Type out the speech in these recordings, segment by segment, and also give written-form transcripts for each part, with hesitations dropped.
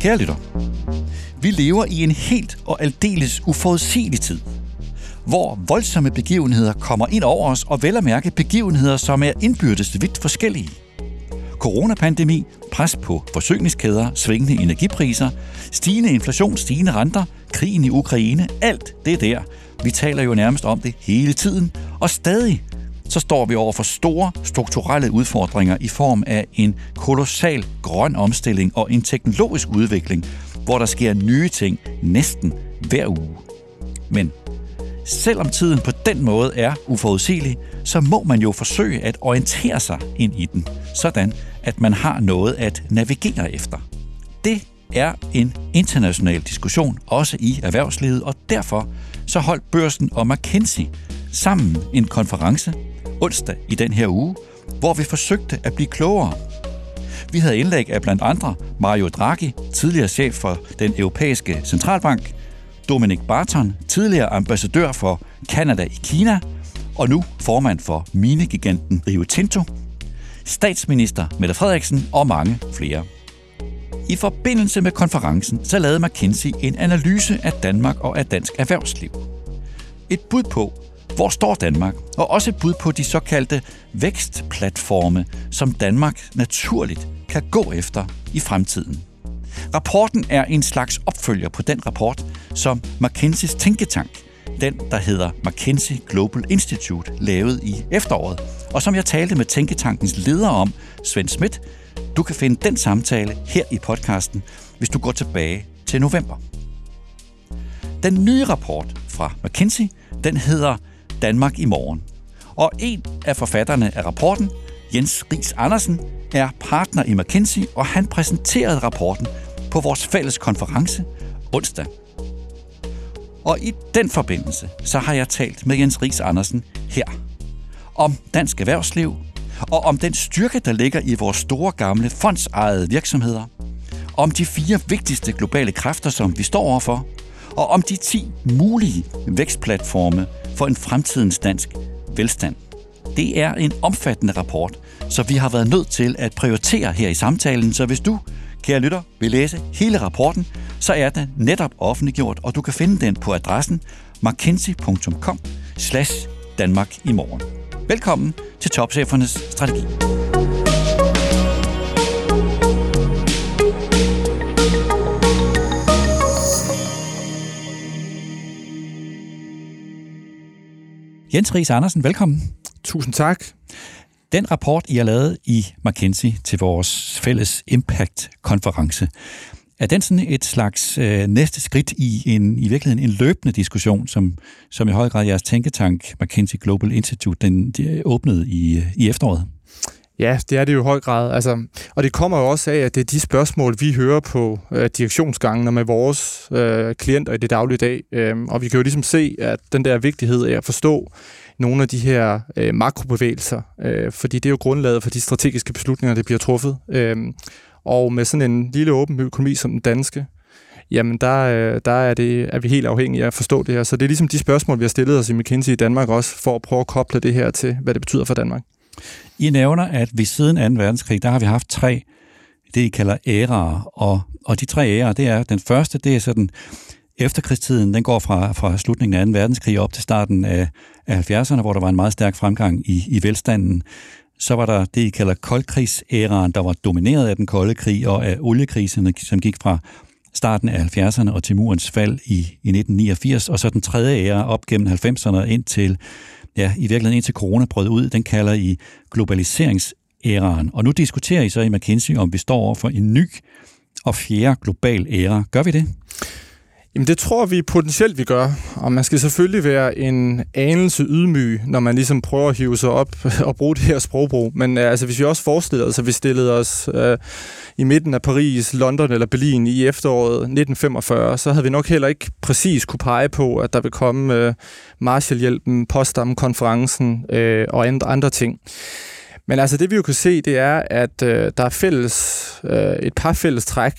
Kære lytter, vi lever i en helt og aldeles uforudsigelig tid, hvor voldsomme begivenheder kommer ind over os, og vel at mærke begivenheder, som er indbyrdes vidt forskellige. Coronapandemi, pres på forsyningskæder, svingende energipriser, stigende inflation, stigende renter, krigen i Ukraine, alt det der. Vi taler jo nærmest om det hele tiden, og stadig så står vi over for store strukturelle udfordringer i form af en kolossal grøn omstilling og en teknologisk udvikling, hvor der sker nye ting næsten hver uge. Men selvom tiden på den måde er uforudsigelig, så må man jo forsøge at orientere sig ind i den, sådan at man har noget at navigere efter. Det er en international diskussion, også i erhvervslivet, og derfor så holdt Børsen og McKinsey sammen en konference onsdag i den her uge, hvor vi forsøgte at blive klogere. Vi havde indlæg af blandt andre Mario Draghi, tidligere chef for den europæiske centralbank, Dominic Barton, tidligere ambassadør for Canada i Kina, og nu formand for minegiganten Rio Tinto, statsminister Mette Frederiksen og mange flere. I forbindelse med konferencen så lavede McKinsey en analyse af Danmark og af dansk erhvervsliv. Et bud på, hvor står Danmark, og også et bud på de såkaldte vækstplatforme, som Danmark naturligt kan gå efter i fremtiden. Rapporten er en slags opfølger på den rapport, som McKinseys tænketank, den der hedder McKinsey Global Institute, lavede i efteråret, og som jeg talte med tænketankens leder om, Svend Schmidt. Du kan finde den samtale her i podcasten, hvis du går tilbage til november. Den nye rapport fra McKinsey, den hedder Danmark i morgen. Og en af forfatterne af rapporten, Jens Riis Andersen, er partner i McKinsey, og han præsenterede rapporten på vores fælles konference onsdag. Og i den forbindelse, så har jeg talt med Jens Riis Andersen her om dansk erhvervsliv, og om den styrke, der ligger i vores store gamle fondsejede virksomheder, om de 4 vigtigste globale kræfter, som vi står overfor, og om de 10 mulige vækstplatforme for en fremtidens dansk velstand. Det er en omfattende rapport, så vi har været nødt til at prioritere her i samtalen, så hvis du, kære lytter, vil læse hele rapporten, så er den netop offentliggjort, og du kan finde den på adressen mckinsey.com/Danmark i morgen. Velkommen til Topchefernes Strategi. Jens Riis Andersen, velkommen. Tusind tak. Den rapport, I har lavet i McKinsey til vores fælles Impact-konference, er den sådan et slags næste skridt i virkeligheden en løbende diskussion, som i høj grad jeres tænketank, McKinsey Global Institute, den åbnede i efteråret? Ja, det er det jo i høj grad. Altså, og det kommer jo også af, at det er de spørgsmål, vi hører på direktionsgangene med vores klienter i det daglige dag. Og vi kan jo ligesom se, at den der vigtighed af at forstå nogle af de her makrobevægelser, fordi det er jo grundlaget for de strategiske beslutninger, der bliver truffet. Og med sådan en lille åben økonomi som den danske, jamen der er vi helt afhængige af at forstå det her. Så det er ligesom de spørgsmål, vi har stillet os i McKinsey i Danmark også, for at prøve at koble det her til, hvad det betyder for Danmark. I nævner, at vi siden 2. verdenskrig, der har vi haft 3, det I kalder æraer, og de 3 æraer, det er, den første, det er sådan efterkrigstiden, den går fra slutningen af 2. verdenskrig op til starten af 70'erne, hvor der var en meget stærk fremgang i velstanden. Så var der det, I kalder koldkrigsæraen, der var domineret af den kolde krig og af oliekriserne, som gik fra starten af 70'erne og til murens fald i 1989, og så den tredje æra op gennem 90'erne indtil corona brød ud, den kalder I globaliseringsæraen. Og nu diskuterer I så i McKinsey, om vi står over for en ny og 4. global æra. Gør vi det? Jamen det tror vi potentielt, vi gør. Og man skal selvfølgelig være en anelse ydmyg, når man ligesom prøver at hive sig op og bruge det her sprogbrug. Men altså, hvis vi også forestiller os, at vi stillede os i midten af Paris, London eller Berlin i efteråret 1945, så havde vi nok heller ikke præcis kunne pege på, at der vil komme Marshallhjælpen, Potsdam-konferencen og andre ting. Men altså det vi jo kan se, det er, at der er et par fælles træk,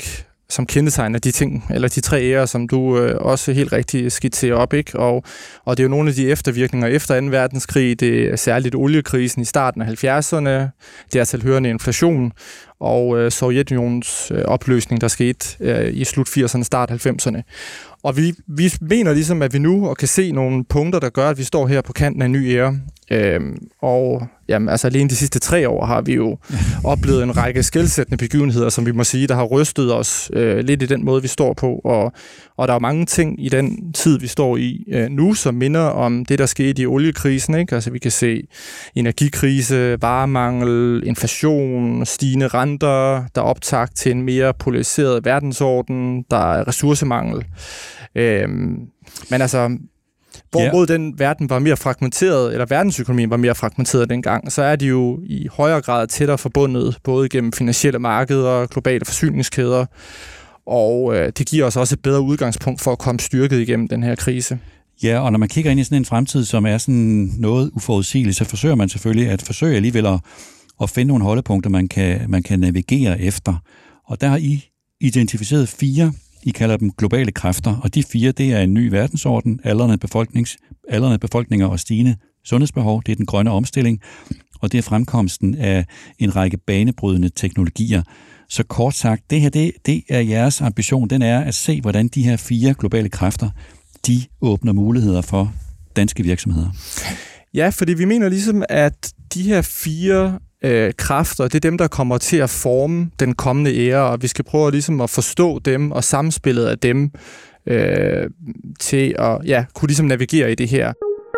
som kendetegner de ting, eller de 3 ærer, som du også helt rigtigt skitserer op, ikke? Og det er jo nogle af de eftervirkninger efter 2. verdenskrig, det er særligt oliekrisen i starten af 70'erne, det er tilhørende inflation, og Sovjetunionens opløsning, der skete i slut 80'erne, start 90'erne. Og vi mener ligesom, at vi nu kan se nogle punkter, der gør, at vi står her på kanten af en ny æra. Og jamen, altså alene de sidste 3 år har vi jo oplevet en række skelsættende begivenheder, som vi må sige, der har rystet os lidt i den måde, vi står på. Og der er mange ting i den tid, vi står i nu, som minder om det, der skete i oliekrisen, ikke? Altså vi kan se energikrise, varemangel, inflation, stigende renter, der er optakt til en mere polariseret verdensorden, der er ressourcemangel. Men altså, hvorimod den verden var mere fragmenteret, eller verdensøkonomien var mere fragmenteret dengang, så er de jo i højere grad tættere forbundet, både gennem finansielle markeder, globale forsyningskæder, og det giver os også et bedre udgangspunkt for at komme styrket igennem den her krise. Ja, og når man kigger ind i sådan en fremtid, som er sådan noget uforudsigeligt, så forsøger man selvfølgelig at alligevel at finde nogle holdepunkter, man kan navigere efter. Og der har I identificeret 4, I kalder dem globale kræfter, og de 4, det er en ny verdensorden, aldrende befolkninger og stigende sundhedsbehov, det er den grønne omstilling, og det er fremkomsten af en række banebrydende teknologier. Så kort sagt, det her, det er jeres ambition, den er at se, hvordan de her 4 globale kræfter, de åbner muligheder for danske virksomheder. Ja, fordi vi mener ligesom, at de her 4 kræfter, det er dem, der kommer til at forme den kommende æra, og vi skal prøve ligesom at forstå dem og samspillet af dem til at kunne ligesom navigere i det her.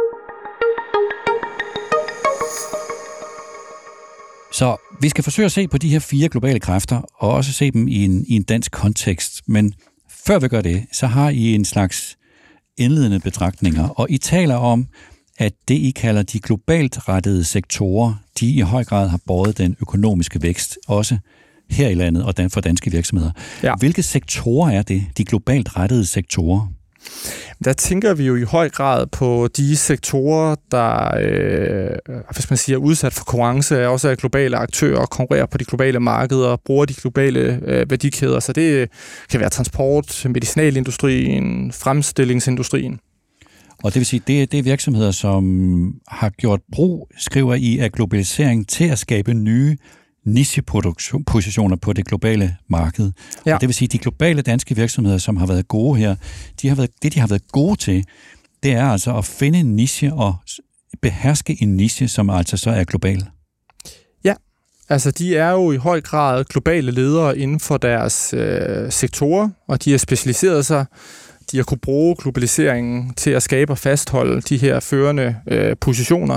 Så vi skal forsøge at se på de her 4 globale kræfter, og også se dem i en dansk kontekst. Men før vi gør det, så har I en slags indledende betragtninger, og I taler om, at det, I kalder de globalt rettede sektorer, de i høj grad har båret den økonomiske vækst, også her i landet og for danske virksomheder. Ja. Hvilke sektorer er det, de globalt rettede sektorer? Der tænker vi jo i høj grad på de sektorer, der hvis man siger, udsat for konkurrence, også er globale aktører og konkurrerer på de globale markeder og bruger de globale værdikæder. Så det kan være transport, medicinalindustrien, fremstillingsindustrien. Og det vil sige, det er virksomheder, som har gjort brug, skriver I, af globalisering til at skabe nye nichepositioner på det globale marked. Ja. Og det vil sige, de globale danske virksomheder, som har været gode her, de har været gode til, det er altså at finde en niche og beherske en niche, som altså så er global. Ja, altså de er jo i høj grad globale ledere inden for deres sektorer, og de har specialiseret sig. De har kunne bruge globaliseringen til at skabe og fastholde de her førende positioner.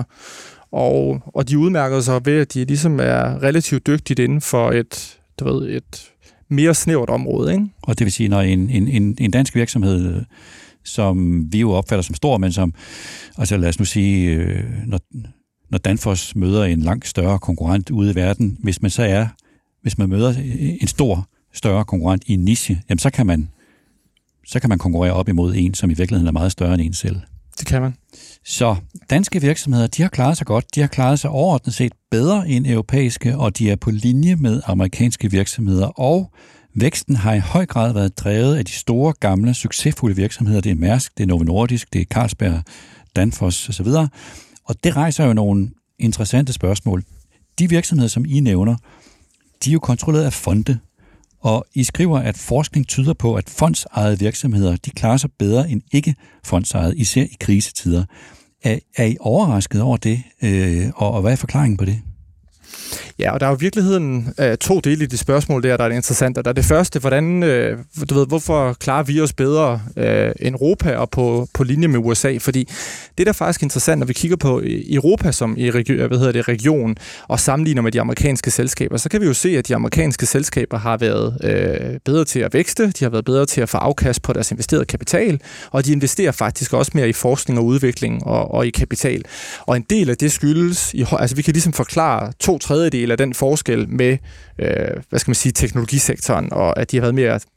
Og de udmærker sig ved, at de ligesom er relativt dygtigt inden for et mere snævert område, ikke? Og det vil sige, når en dansk virksomhed, som vi jo opfatter som stor, men som, altså lad os nu sige, når Danfoss møder en langt større konkurrent ude i verden, hvis man møder en større konkurrent i en niche, jamen så kan man konkurrere op imod en, som i virkeligheden er meget større end en selv. Det kan man. Så danske virksomheder, de har klaret sig godt. De har klaret sig overordnet set bedre end europæiske, og de er på linje med amerikanske virksomheder. Og væksten har i høj grad været drevet af de store, gamle, succesfulde virksomheder. Det er Mærsk, det er Novo Nordisk, det er Carlsberg, Danfoss osv. Og det rejser jo nogle interessante spørgsmål. De virksomheder, som I nævner, de er jo kontrolleret af fonde. Og I skriver, at forskning tyder på, at fondsejede virksomheder, de klarer sig bedre end ikke fondsejede, især i krisetider. Er I overrasket over det, og hvad er forklaringen på det? Ja, og der er jo i virkeligheden 2 dele i det spørgsmål der er interessant. Der er det første, hvorfor klarer vi os bedre end Europa og på linje med USA? Fordi det, der er faktisk interessant, når vi kigger på Europa som i region og sammenligner med de amerikanske selskaber, så kan vi jo se, at de amerikanske selskaber har været bedre til at vækste, de har været bedre til at få afkast på deres investerede kapital, og de investerer faktisk også mere i forskning og udvikling og i kapital. Og en del af det skyldes, vi kan ligesom forklare 2/3 af den forskel med, teknologisektoren, og at de har været mere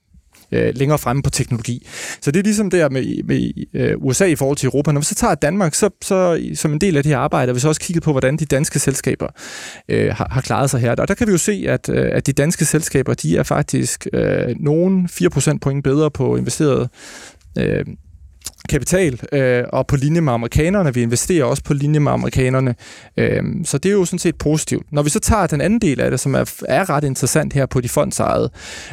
længere fremme på teknologi. Så det er ligesom der med USA i forhold til Europa. Når vi så tager Danmark, så som en del af det her arbejde, har vi så også kigget på, hvordan de danske selskaber har klaret sig her. Og der kan vi jo se, at de danske selskaber, de er faktisk nogen 4% point bedre på investeret kapital, og på linje med amerikanerne. Vi investerer også på linje med amerikanerne. Så det er jo sådan set positivt. Når vi så tager den anden del af det, som er ret interessant her på de fondsejede,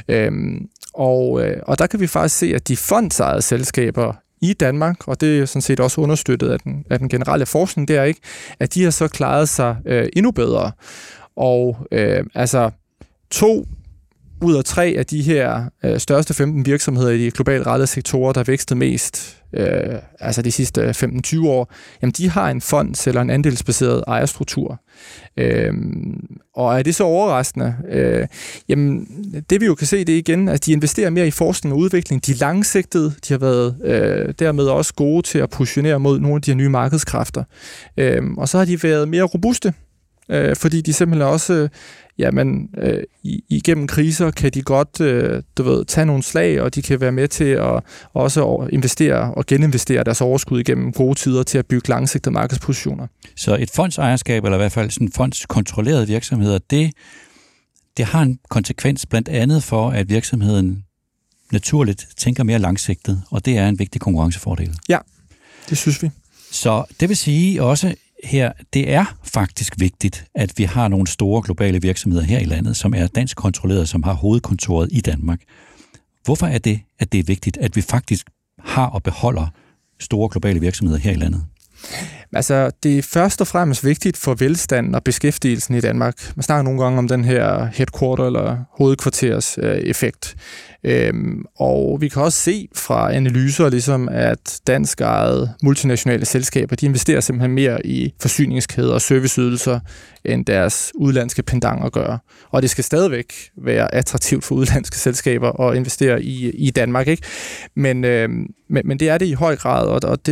og der kan vi faktisk se, at de fondsejede selskaber i Danmark, og det er sådan set også understøttet af den generelle forskning, det er ikke, at de har så klaret sig endnu bedre. Og altså 2 ud af 3 af de her største 15 virksomheder i de globalt rettede sektorer, der vækstede mest altså de sidste 15-20 år, jamen de har en fond eller en andelsbaseret ejerstruktur. Og er det så overraskende? Jamen det vi jo kan se, det er igen, at de investerer mere i forskning og udvikling. De er langsigtede, de har været dermed også gode til at positionere mod nogle af de her nye markedskræfter. Og så har de været mere robuste, fordi de simpelthen også igennem kriser kan de godt tage nogle slag, og de kan være med til at også investere og geninvestere deres overskud igennem gode tider til at bygge langsigtede markedspositioner. Så et fondsejerskab, eller i hvert fald sådan fondskontrollerede virksomheder, det har en konsekvens blandt andet for, at virksomheden naturligt tænker mere langsigtet, og det er en vigtig konkurrencefordel. Ja, det synes vi. Så det vil sige også her, det er faktisk vigtigt, at vi har nogle store globale virksomheder her i landet, som er dansk kontrolleret, som har hovedkontoret i Danmark. Hvorfor er det, at det er vigtigt, at vi faktisk har og beholder store globale virksomheder her i landet? Altså, det er først og fremmest vigtigt for velstanden og beskæftigelsen i Danmark. Man snakker nogle gange om den her headquarter- eller hovedkvarters effekt. Og vi kan også se fra analyser, ligesom at danskejede multinationale selskaber, de investerer simpelthen mere i forsyningskæder og serviceydelser, end deres udlandske pendanger gør. Og det skal stadigvæk være attraktivt for udlandske selskaber at investere i Danmark, ikke? Men det er det i høj grad, og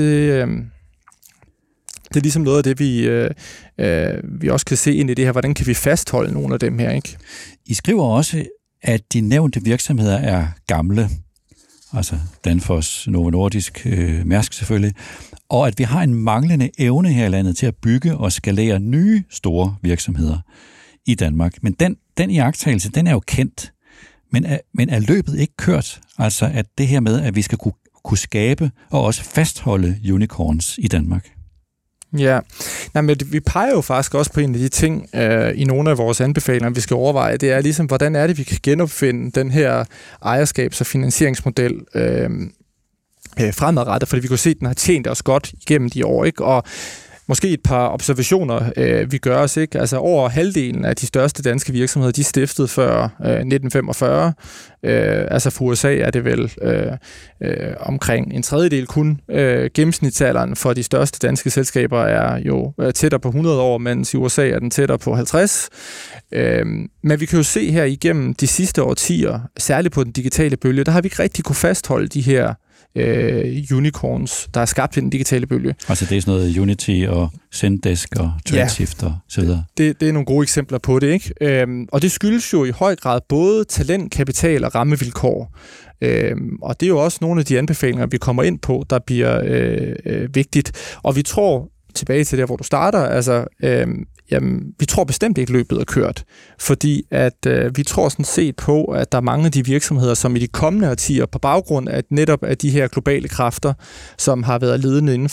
det er ligesom noget af det, vi også kan se ind i det her. Hvordan kan vi fastholde nogle af dem her, ikke? I skriver også, at de nævnte virksomheder er gamle, altså Danfoss, Novo Nordisk, Mærsk selvfølgelig, og at vi har en manglende evne her i landet til at bygge og skalere nye store virksomheder i Danmark. Men den iagttagelse, den er jo kendt, men er løbet ikke kørt? Altså at det her med, at vi skal kunne skabe og også fastholde unicorns i Danmark? Ja, men vi peger jo faktisk også på en af de ting i nogle af vores anbefalinger, vi skal overveje. Det er ligesom, hvordan er det, vi kan genopfinde den her ejerskabs- og finansieringsmodel fremadrettet, fordi vi kunne se, at den har tjent os godt igennem de år, ikke? Og måske et par observationer, vi gør os, ikke? Altså over halvdelen af de største danske virksomheder, de stiftede før 1945. Altså for USA er det vel omkring en tredjedel kun. Gennemsnitsalderen for de største danske selskaber er jo tættere på 100 år, mens i USA er den tættere på 50. Men vi kan jo se her igennem de sidste årtier, særligt på den digitale bølge, der har vi ikke rigtig kunne fastholde de her unicorns, der er skabt i den digitale bølge. Altså det er sådan noget Unity og Zendesk og Tradeshift og så videre. Det er nogle gode eksempler på det, ikke? Og det skyldes jo i høj grad både talent, kapital og rammevilkår. Og det er jo også nogle af de anbefalinger, vi kommer ind på, der bliver vigtigt. Og vi tror, tilbage til der, hvor du starter, altså vi tror bestemt ikke løbet er kørt, fordi at vi tror sådan set på, at der er mange af de virksomheder, som i de kommende årtier på baggrund af netop af de her globale kræfter, som har været ledende inden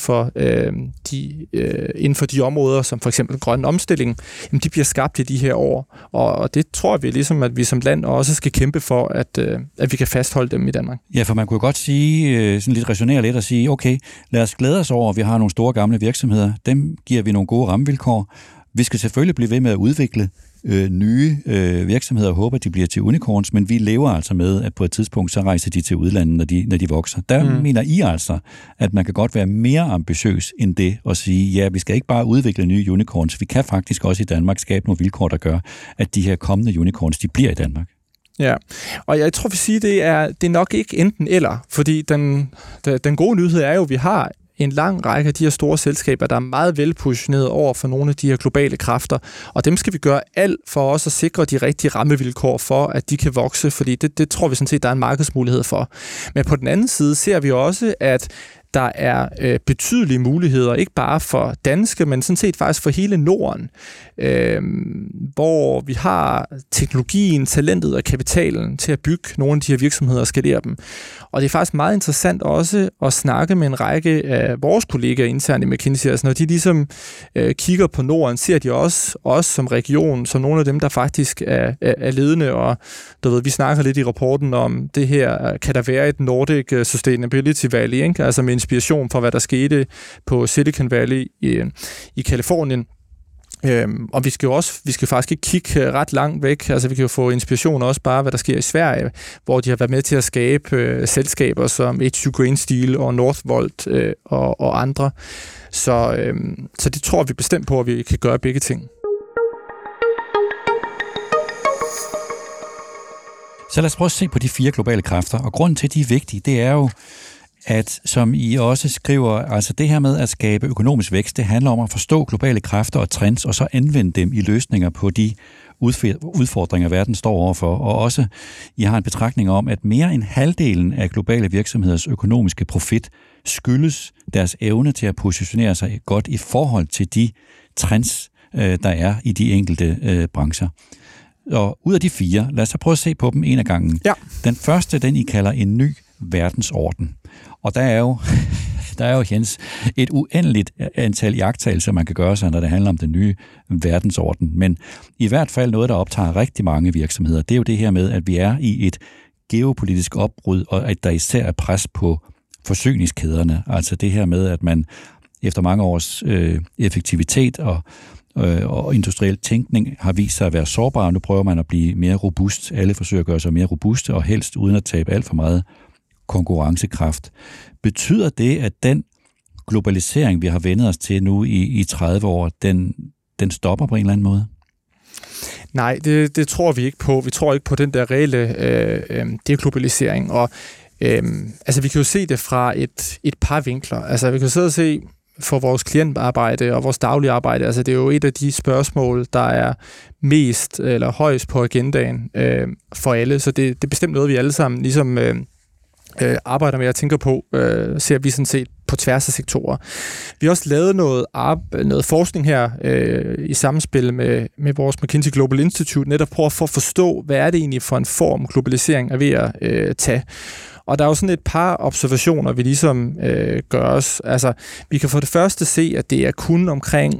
for de områder, som for eksempel grøn omstilling, jamen de bliver skabt i de her år, og det tror vi ligesom, at vi som land også skal kæmpe for, at vi kan fastholde dem i Danmark. Ja, for man kunne godt sige, sådan lidt resonere lidt og sige, okay, lad os glæde os over, at vi har nogle store gamle virksomheder, dem giver vi nogle gode rammevilkår. Vi skal selvfølgelig blive ved med at udvikle nye virksomheder og håbe, at de bliver til unicorns, men vi lever altså med, at på et tidspunkt, så rejser de til udlandet, når de vokser. Der mener I altså, at man kan godt være mere ambitiøs end det og sige, ja, vi skal ikke bare udvikle nye unicorns, vi kan faktisk også i Danmark skabe nogle vilkår, der gør, at de her kommende unicorns, de bliver i Danmark. Ja, og jeg tror, vi siger, det er nok ikke enten eller, fordi den gode nyhed er jo, at vi har en lang række af de her store selskaber, der er meget velpositioneret over for nogle af de her globale kræfter, og dem skal vi gøre alt for også at sikre de rigtige rammevilkår for, at de kan vokse, fordi det tror vi sådan set, der er en markedsmulighed for. Men på den anden side ser vi også, at der er betydelige muligheder, ikke bare for danske, men sådan set faktisk for hele Norden, hvor vi har teknologien, talentet og kapitalen til at bygge nogle af de her virksomheder og skalere dem. Og det er faktisk meget interessant også at snakke med en række af vores kollegaer internt i McKinsey. Altså når de ligesom kigger på Norden, ser de også os som region, som nogle af dem, der faktisk er ledende, og du ved, vi snakker lidt i rapporten om det her, kan der være et Nordic Sustainability Valley, ikke? Altså med inspiration for, hvad der skete på Silicon Valley i Kalifornien. Og vi skal faktisk ikke kigge ret langt væk. Altså vi kan jo få inspiration også bare, hvad der sker i Sverige, hvor de har været med til at skabe selskaber som H2 Green Steel og Northvolt og andre. Så det tror vi bestemt på, at vi kan gøre begge ting. Så lad os prøve at se på de 4 globale kræfter. Og grunden til, at de er vigtige, det er jo, at som I også skriver, altså det her med at skabe økonomisk vækst, det handler om at forstå globale kræfter og trends, og så anvende dem i løsninger på de udfordringer, verden står overfor. Og også, I har en betragtning om, at mere end halvdelen af globale virksomheders økonomiske profit skyldes deres evne til at positionere sig godt i forhold til de trends, der er i de enkelte brancher. Og ud af de 4, lad os så prøve at se på dem en af gangen. Ja. Den første, den I kalder en ny verdensorden. Og der er jo, Jens, et uendeligt antal iagttagelser, man kan gøre sig, når det handler om den nye verdensorden. Men i hvert fald noget, der optager rigtig mange virksomheder, det er jo det her med, at vi er i et geopolitisk opbrud, og at der især er pres på forsyningskæderne. Altså det her med, at man efter mange års effektivitet og industriel tænkning har vist sig at være sårbare. Nu prøver man at blive mere robust. Alle forsøger at gøre sig mere robuste, og helst uden at tabe alt for meget konkurrencekraft. Betyder det, at den globalisering, vi har vendet os til nu i 30 år, den stopper på en eller anden måde? Nej, det tror vi ikke på. Vi tror ikke på den der reelle deglobalisering. Og altså, vi kan jo se det fra et par vinkler. Altså, vi kan sidde og se for vores klientarbejde og vores daglige arbejde. Altså, det er jo et af de spørgsmål, der er mest eller højst på agendaen for alle. Så det er bestemt noget, vi alle sammen ligesom arbejder med og tænker på, ser vi sådan set på tværs af sektorer. Vi har også lavet noget forskning her i samspil med vores McKinsey Global Institute, netop for at forstå, hvad er det egentlig for en form globalisering er ved at tage. Og der er jo sådan et par observationer, vi ligesom gør os. Altså, vi kan for det første se, at det er kun omkring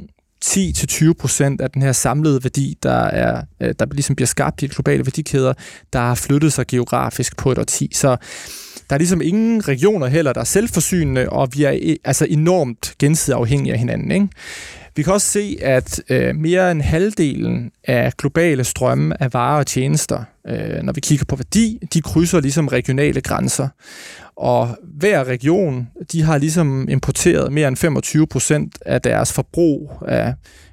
10-20% af den her samlede værdi, der ligesom bliver skabt i de globale værdikæder, der har flyttet sig geografisk på et årti. Så der er ligesom ingen regioner heller, der er selvforsynende, og vi er altså enormt gensidigt afhængige af hinanden, ikke? Vi kan også se, at mere end halvdelen af globale strømme af varer og tjenester, når vi kigger på værdi, de krydser ligesom regionale grænser. Og hver region, de har ligesom importeret mere end 25% af deres forbrug af,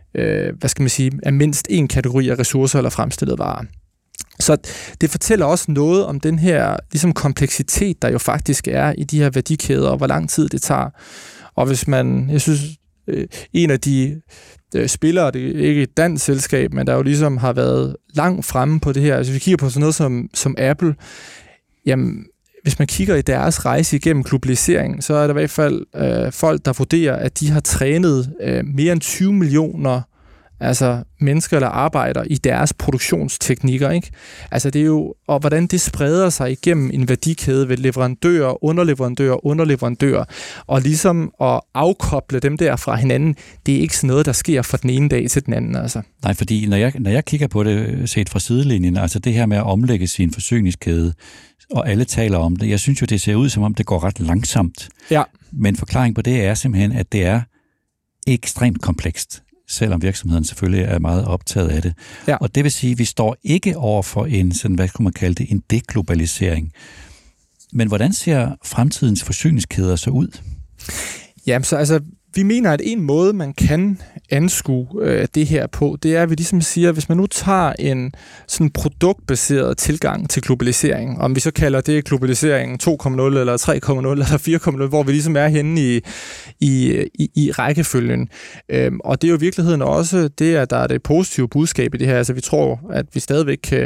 af mindst en kategori af ressourcer eller fremstillede varer. Så det fortæller også noget om den her ligesom kompleksitet, der jo faktisk er i de her værdikæder, og hvor lang tid det tager. Og hvis jeg synes, en af de spillere, det er ikke et dansk selskab, men der jo ligesom har været langt fremme på det her. Altså vi kigger på sådan noget som Apple, jamen hvis man kigger i deres rejse igennem globalisering, så er der i hvert fald folk, der vurderer, at de har trænet mere end 20 millioner mennesker eller arbejder i deres produktionsteknikker, ikke? Altså det er jo, og hvordan det spreder sig igennem en værdikæde ved leverandører, underleverandører, og ligesom at afkoble dem der fra hinanden, det er ikke sådan noget, der sker fra den ene dag til den anden, altså. Nej, fordi når jeg kigger på det set fra sidelinjen, altså det her med at omlægge sin forsyningskæde, og alle taler om det, jeg synes jo, det ser ud som om, det går ret langsomt. Ja. Men forklaring på det er simpelthen, at det er ekstremt komplekst, selvom virksomheden selvfølgelig er meget optaget af det. Ja. Og det vil sige, at vi står ikke over for en, sådan, hvad kunne man kalde det, en deglobalisering. Men hvordan ser fremtidens forsyningskæder så ud? Jamen, så Vi mener, at en måde, man kan anskue det her på, det er, at vi ligesom siger, at hvis man nu tager en sådan produktbaseret tilgang til globalisering, om vi så kalder det globalisering 2.0 eller 3.0 eller 4.0, hvor vi ligesom er henne i rækkefølgen. Og det er jo i virkeligheden også det, at der er det positive budskab i det her. Altså vi tror, at vi stadigvæk kan,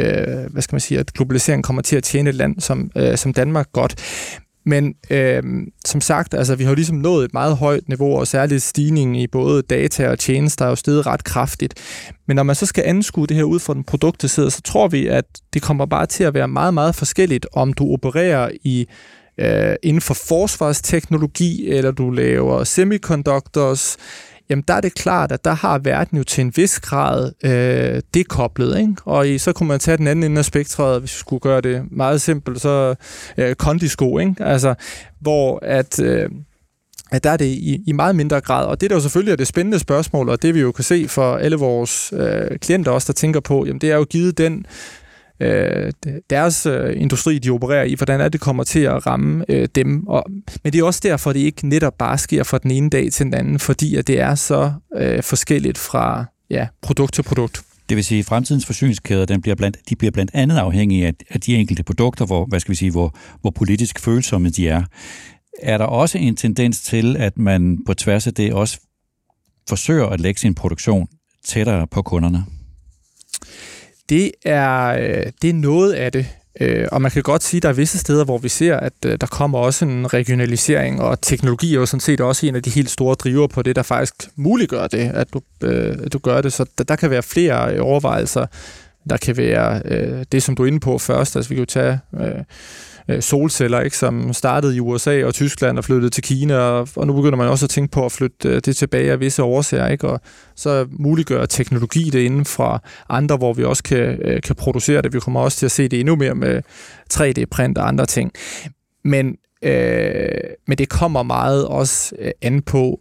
at globalisering kommer til at tjene et land som Danmark godt. Men som sagt, altså, vi har jo ligesom nået et meget højt niveau, og særligt stigningen i både data og tjenester er jo steget ret kraftigt. Men når man så skal anskue det her ud fra den produktbaserede, så tror vi, at det kommer bare til at være meget, meget forskelligt, om du opererer inden for forsvarsteknologi, eller du laver semiconductors. Jamen der er det klart, at der har verden jo til en vis grad dekoblet, ikke? Og så kunne man tage den anden ende af spektret, hvis vi skulle gøre det meget simpelt, så kondisko, ikke? Altså, hvor at der er det i meget mindre grad. Og det der jo selvfølgelig er det spændende spørgsmål, og det vi jo kan se for alle vores klienter også, der tænker på, jamen det er jo givet den deres industri, de opererer i, hvordan er det kommer til at ramme dem. Men det er også derfor, at det ikke netop bare sker fra den ene dag til den anden, fordi at det er så forskelligt fra produkt til produkt. Det vil sige, at fremtidens forsyningskæder, de bliver blandt andet afhængige af de enkelte produkter, hvor politisk følsomme de er. Er der også en tendens til, at man på tværs af det også forsøger at lægge sin produktion tættere på kunderne? Det er noget af det, og man kan godt sige, at der er visse steder, hvor vi ser, at der kommer også en regionalisering, og teknologi er jo sådan set også en af de helt store driver på det, der faktisk muliggør det, at du gør det. Så der kan være flere overvejelser. Der kan være det, som du er inde på først. Altså vi kan jo tage solceller, ikke, som startede i USA og Tyskland og flyttede til Kina, og nu begynder man også at tænke på at flytte det tilbage af visse årsager, ikke? Og så muliggør teknologi det inden for andre, hvor vi også kan producere det. Vi kommer også til at se det endnu mere med 3D-print og andre ting. Men det kommer meget også an på,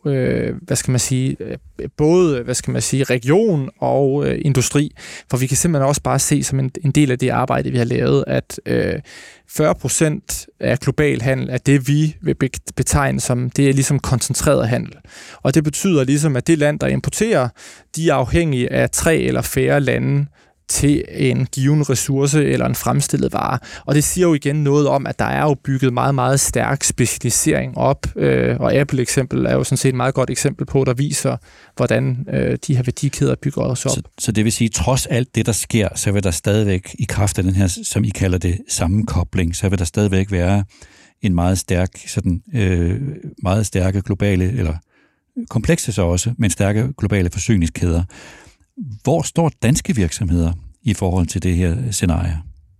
både, region og industri, for vi kan simpelthen også bare se som en del af det arbejde, vi har lavet, at 40% af global handel er det, vi vil betegne som, det er ligesom koncentreret handel. Og det betyder ligesom, at det land, der importerer, de er afhængige af 3 eller færre lande til en given ressource eller en fremstillet vare. Og det siger jo igen noget om, at der er jo bygget meget, meget stærk specialisering op, og Apple-eksempel er jo sådan set et meget godt eksempel på, der viser, hvordan de her værdikæder bygger os op. Så det vil sige, trods alt det, der sker, så vil der stadigvæk, i kraft af den her, som I kalder det, sammenkobling, så vil der stadigvæk være en meget stærk, meget stærke globale, eller komplekse så også, men stærke globale forsyningskæder. Hvor står danske virksomheder i forhold til det her scenarie?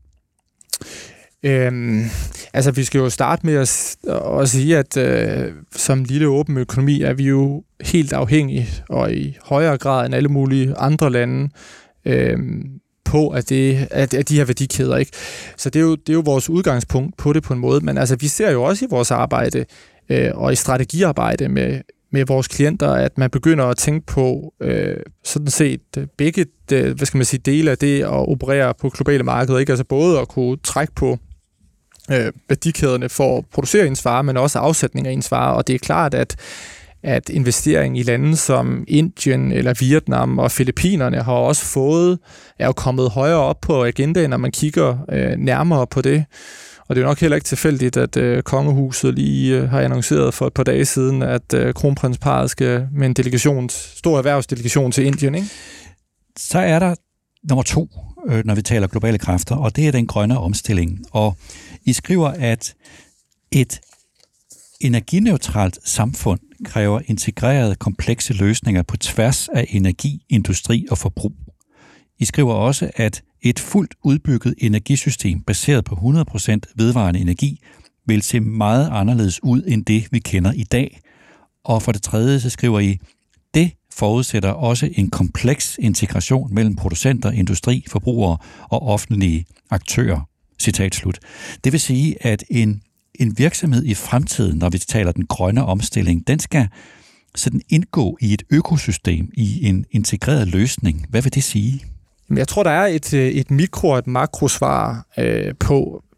Vi skal jo starte med at sige, at som lille åben økonomi er vi jo helt afhængige, og i højere grad end alle mulige andre lande, på at de her værdikæder, ikke? Så det er jo vores udgangspunkt på det på en måde, men altså vi ser jo også i vores arbejde og i strategiarbejde med vores klienter, at man begynder at tænke på sådan set begge dele af det at operere på globale markeder, ikke? Altså både at kunne trække på værdikæderne for at producere ens varer, men også afsætning af ens varer, og det er klart, at investering i lande som Indien eller Vietnam og Filippinerne er jo kommet højere op på agendaen, når man kigger nærmere på det. Og det er jo nok heller ikke tilfældigt, at kongehuset lige har annonceret for et par dage siden, at kronprinsparret skal med en stor erhvervsdelegation til Indien, ikke? Så er der nummer 2, når vi taler globale kræfter, og det er den grønne omstilling. Og I skriver, at et energineutralt samfund kræver integrerede, komplekse løsninger på tværs af energi, industri og forbrug. I skriver også, at et fuldt udbygget energisystem baseret på 100% vedvarende energi vil se meget anderledes ud end det, vi kender i dag. Og for det tredje, så skriver I, det forudsætter også en kompleks integration mellem producenter, industri, forbrugere og offentlige aktører. Citat slut. Det vil sige, at en virksomhed i fremtiden, når vi taler den grønne omstilling, den skal sådan indgå i et økosystem, i en integreret løsning. Hvad vil det sige? Jeg tror, der er et mikro- og et makrosvar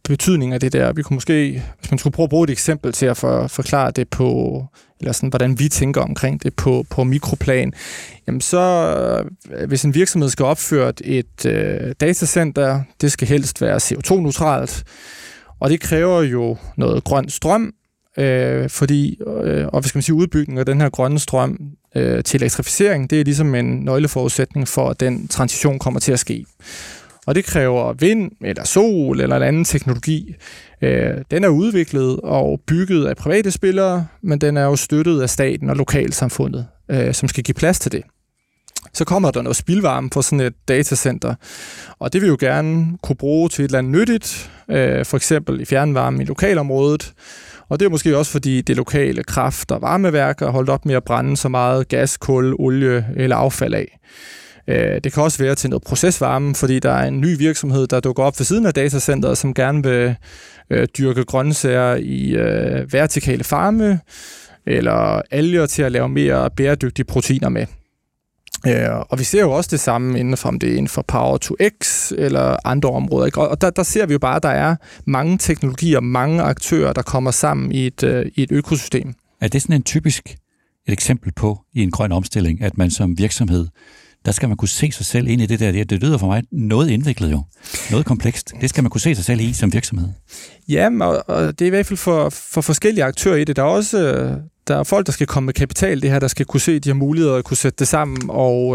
betydning af det der. Vi kunne måske, hvis man skulle prøve at bruge et eksempel til at forklare det på, eller sådan, hvordan vi tænker omkring det på mikroplan, jamen så, hvis en virksomhed skal opføre et datacenter, det skal helst være CO2-neutralt, og det kræver jo noget grøn strøm, fordi, og hvad skal man sige, udbygning af den her grønne strøm til elektrificering, det er ligesom en nøgleforudsætning for, at den transition kommer til at ske. Og det kræver vind, eller sol, eller en anden teknologi. Den er udviklet og bygget af private spillere, men den er jo støttet af staten og lokalsamfundet, som skal give plads til det. Så kommer der noget spildvarme på sådan et datacenter, og det vil jo gerne kunne bruge til et eller andet nyttigt, for eksempel i fjernvarme i lokalområdet. Og det er måske også, fordi det lokale kraft- og varmeværk er holdt op med at brænde så meget gas, kul, olie eller affald af. Det kan også være til noget procesvarme, fordi der er en ny virksomhed, der dukker op ved siden af datacenteret, som gerne vil dyrke grøntsager i vertikale farme, eller alger til at lave mere bæredygtige proteiner med. Og vi ser jo også det samme inden for Power to X eller andre områder. Ikke? Og der ser vi jo bare, at der er mange teknologier, mange aktører, der kommer sammen i et økosystem. Er det sådan et eksempel på i en grøn omstilling, at man som virksomhed, der skal man kunne se sig selv ind i det der. Det lyder for mig noget indviklet jo. Noget komplekst. Det skal man kunne se sig selv i som virksomhed. Ja, og det er i hvert fald for forskellige aktører i det. Der er folk, der skal komme med kapital, det her, der skal kunne se de her muligheder og kunne sætte det sammen,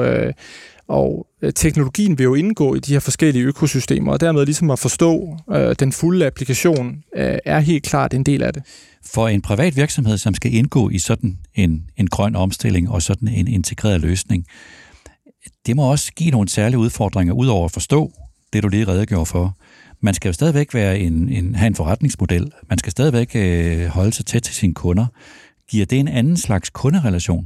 og teknologien vil jo indgå i de her forskellige økosystemer, og dermed ligesom at forstå den fulde applikation er helt klart en del af det. For en privat virksomhed, som skal indgå i sådan en grøn omstilling og sådan en integreret løsning, det må også give nogle særlige udfordringer, udover at forstå det, du lige redegjorde for. Man skal jo stadigvæk have en forretningsmodel. Man skal stadigvæk holde sig tæt til sine kunder. Giver det en anden slags kunderelation?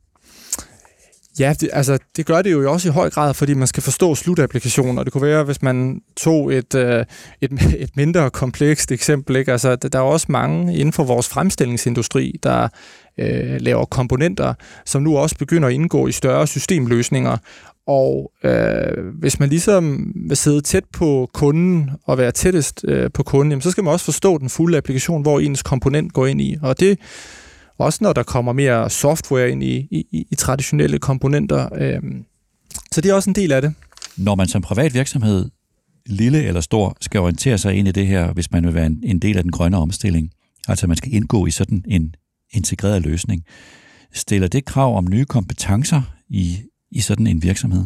Ja, det gør det jo også i høj grad, fordi man skal forstå slutapplikationer. Det kunne være, hvis man tog et mindre komplekst eksempel. Ikke? Altså, der er også mange inden for vores fremstillingsindustri, der laver komponenter, som nu også begynder at indgå i større systemløsninger. Og hvis man ligesom vil sidde tæt på kunden og være tættest på kunden, jamen, så skal man også forstå den fulde applikation, hvor ens komponent går ind i. Og det også når der kommer mere software ind i traditionelle komponenter. Så det er også en del af det. Når man som privat virksomhed, lille eller stor, skal orientere sig ind i det her, hvis man vil være en del af den grønne omstilling, altså man skal indgå i sådan en integreret løsning, stiller det krav om nye kompetencer i sådan en virksomhed?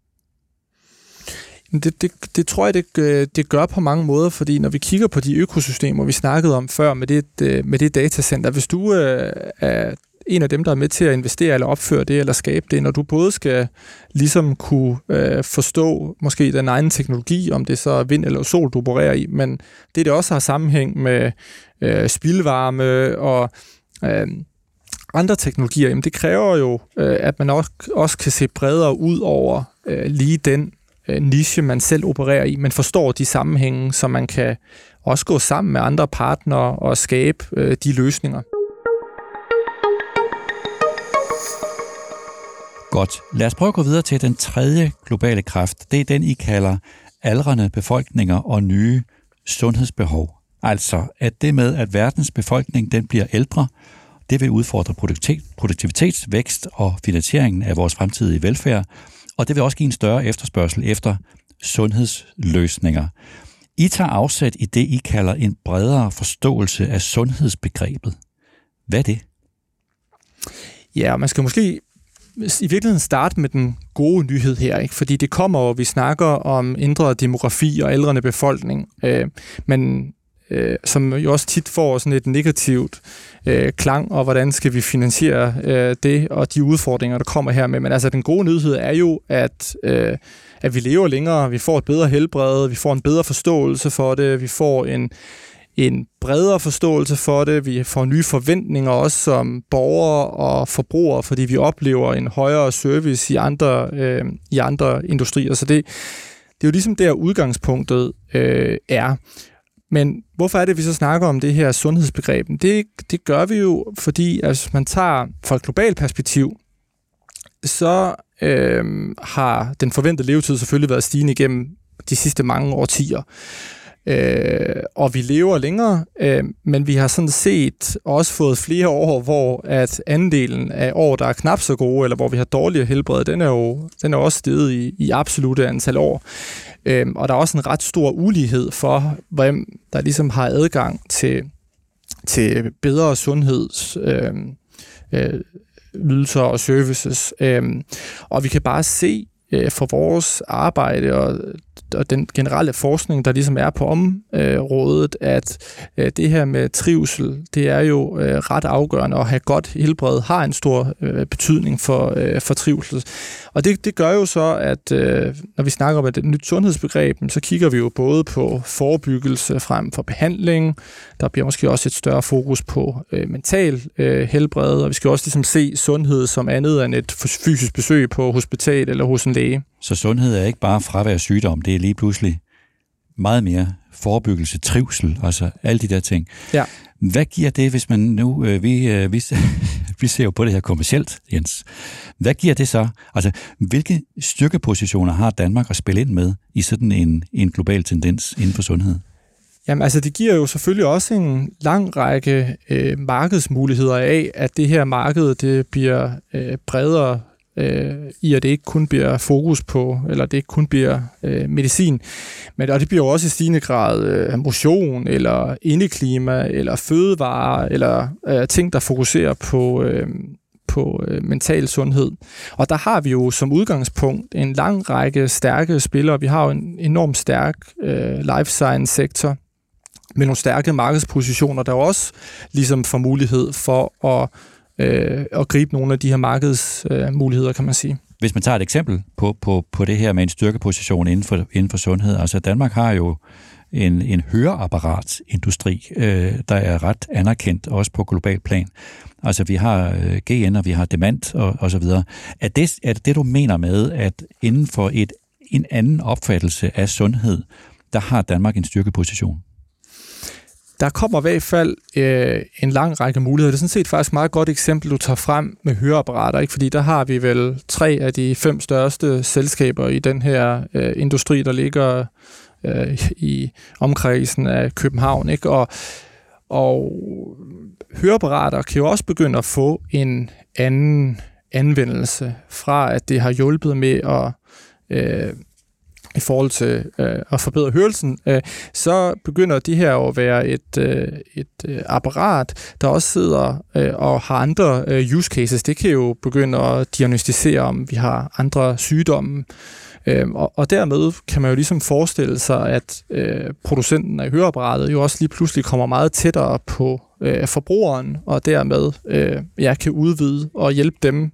Det tror jeg, det gør på mange måder, fordi når vi kigger på de økosystemer, vi snakkede om før med det datacenter, hvis du er en af dem, der er med til at investere eller opføre det eller skabe det, når du både skal ligesom kunne forstå måske den egen teknologi, om det så er vind eller sol, du opererer i, men det også har sammenhæng med spildvarme og andre teknologier, jamen det kræver jo, at man også kan se bredere ud over lige den niche, man selv opererer i, men forstår de sammenhænge, så man kan også gå sammen med andre partnere og skabe de løsninger. Godt. Lad os prøve at gå videre til den tredje globale kraft. Det er den, I kalder aldrende befolkninger og nye sundhedsbehov. Altså, at det med, at verdens befolkning den bliver ældre, det vil udfordre produktivitetsvækst og finansieringen af vores fremtidige velfærd, og det vil også give en større efterspørgsel efter sundhedsløsninger. I tager afsæt i det, I kalder en bredere forståelse af sundhedsbegrebet. Hvad er det? Ja, man skal måske i virkeligheden starte med den gode nyhed her, ikke? Fordi det kommer jo, vi snakker om ændret demografi og aldrende befolkning, men som jo også tit får sådan et negativt klang, og hvordan skal vi finansiere det, og de udfordringer, der kommer her med. Men altså, den gode nyhed er jo, at vi lever længere, vi får et bedre helbred, vi får en bedre forståelse for det, vi får en bredere forståelse for det, vi får nye forventninger også som borgere og forbrugere, fordi vi oplever en højere service i andre industrier. Så det er jo ligesom der udgangspunktet er. Men hvorfor er det, vi så snakker om det her sundhedsbegreb? Det gør vi jo, fordi hvis man tager fra et globalt perspektiv, så har den forventede levetid selvfølgelig været stigende igennem de sidste mange årtier. og vi lever længere, men vi har sådan set også fået flere år, hvor at andelen af år, der er knap så gode, eller hvor vi har dårligere helbred, den er også steget i absolutte antal år. Og der er også en ret stor ulighed for, hvem der ligesom har adgang til bedre sundheds ydelser og services. Og vi kan bare se for vores arbejde og den generelle forskning, der ligesom er på området, at det her med trivsel, det er jo ret afgørende, at have godt helbred har en stor betydning for trivsel. Og det gør jo så, at når vi snakker om et nyt sundhedsbegreb, så kigger vi jo både på forebyggelse frem for behandling. Der bliver måske også et større fokus på mental helbred, og vi skal også ligesom se sundhed som andet end et fysisk besøg på hospital eller hos en læge. Så sundhed er ikke bare fravær sygdom, det er lige pludselig meget mere forebyggelse, trivsel, altså alle de der ting. Ja. Hvad giver det, hvis man nu, vi ser jo på det her kommercielt, Jens. Hvad giver det så? Altså, hvilke styrkepositioner har Danmark at spille ind med i sådan en global tendens inden for sundhed? Jamen, altså det giver jo selvfølgelig også en lang række markedsmuligheder af, at det her marked, det bliver bredere i, at det ikke kun bliver fokus på, eller det ikke kun bliver medicin, og det bliver jo også i stigende grad motion, eller indeklima, eller fødevarer, eller ting, der fokuserer på mental sundhed. Og der har vi jo som udgangspunkt en lang række stærke spillere. Vi har jo en enormt stærk life science sektor, med nogle stærke markedspositioner, der også ligesom får mulighed for at gribe nogle af de her markedsmuligheder, kan man sige. Hvis man tager et eksempel på det her med en styrkeposition inden for sundhed, altså Danmark har jo en høreapparatindustri, der er ret anerkendt, også på global plan. Altså vi har GN, og vi har Demant og så videre. Er det, du mener med, at inden for en anden opfattelse af sundhed, der har Danmark en styrkeposition? Der kommer i hvert fald en lang række muligheder. Det er sådan set faktisk et meget godt eksempel, du tager frem med høreapparater, ikke? Fordi der har vi vel 3 af de 5 største selskaber i den her industri, der ligger i omkredsen af København, ikke? Og høreapparater kan jo også begynde at få en anden anvendelse fra, at det har hjulpet med i forhold til at forbedre hørelsen, så begynder de her at være et apparat, der også sidder og har andre use cases. Det kan jo begynde at diagnostisere, om vi har andre sygdomme. Og dermed kan man jo ligesom forestille sig, at producenten af høreapparatet jo også lige pludselig kommer meget tættere på forbrugeren, og dermed kan udvide og hjælpe dem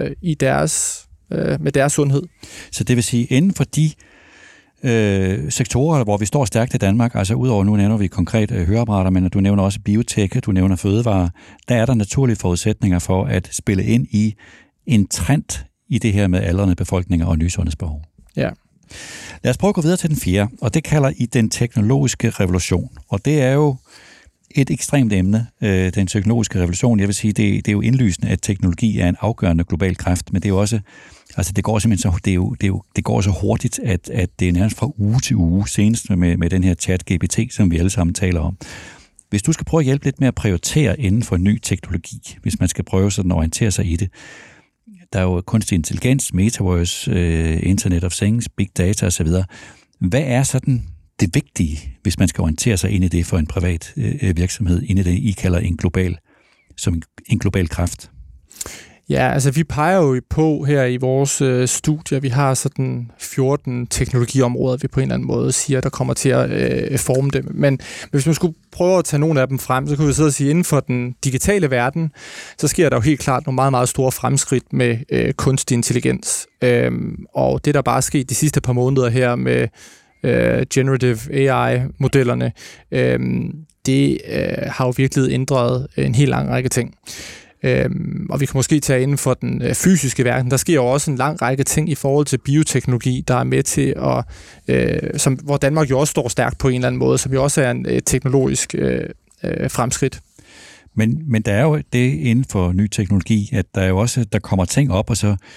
med deres sundhed. Så det vil sige, inden for de sektorer, hvor vi står stærkt i Danmark, altså udover nu nævner vi konkret høreapparater, men du nævner også biotek, du nævner fødevarer, der er der naturlige forudsætninger for at spille ind i en trend i det her med aldrende befolkninger og nye sundhedsbehov. Ja. Lad os prøve at gå videre til den 4., og det kalder I den teknologiske revolution. Og det er jo et ekstremt emne, den teknologiske revolution. Jeg vil sige, det er jo indlysende, at teknologi er en afgørende global kraft, men det er jo også, altså det går simpelthen så, det går så hurtigt, at det er nærmest fra uge til uge, senest med den her ChatGPT, som vi alle sammen taler om. Hvis du skal prøve at hjælpe lidt med at prioritere inden for ny teknologi, hvis man skal prøve sådan at orientere sig i det, der er jo kunstig intelligens, metaverse, Internet of Things, big data osv. Hvad er sådan det vigtige, hvis man skal orientere sig ind i det for en privat virksomhed, ind i det, I kalder en global kraft? Ja, altså vi peger jo på her i vores studier, vi har sådan 14 teknologiområder, vi på en eller anden måde siger, der kommer til at forme dem. Men hvis man skulle prøve at tage nogle af dem frem, så kunne vi sidde og sige, inden for den digitale verden, så sker der jo helt klart nogle meget, meget store fremskridt med kunstig intelligens. Og det, der bare er sket de sidste par måneder her med generative AI-modellerne, det har jo virkelig ændret en helt lang række ting. Og vi kan måske tage inden for den fysiske verden. Der sker jo også en lang række ting i forhold til bioteknologi, der er med til at, hvor Danmark jo også står stærkt på en eller anden måde, som jo også er en teknologisk fremskridt. Men der er jo det inden for ny teknologi, at der jo også der kommer ting op, og så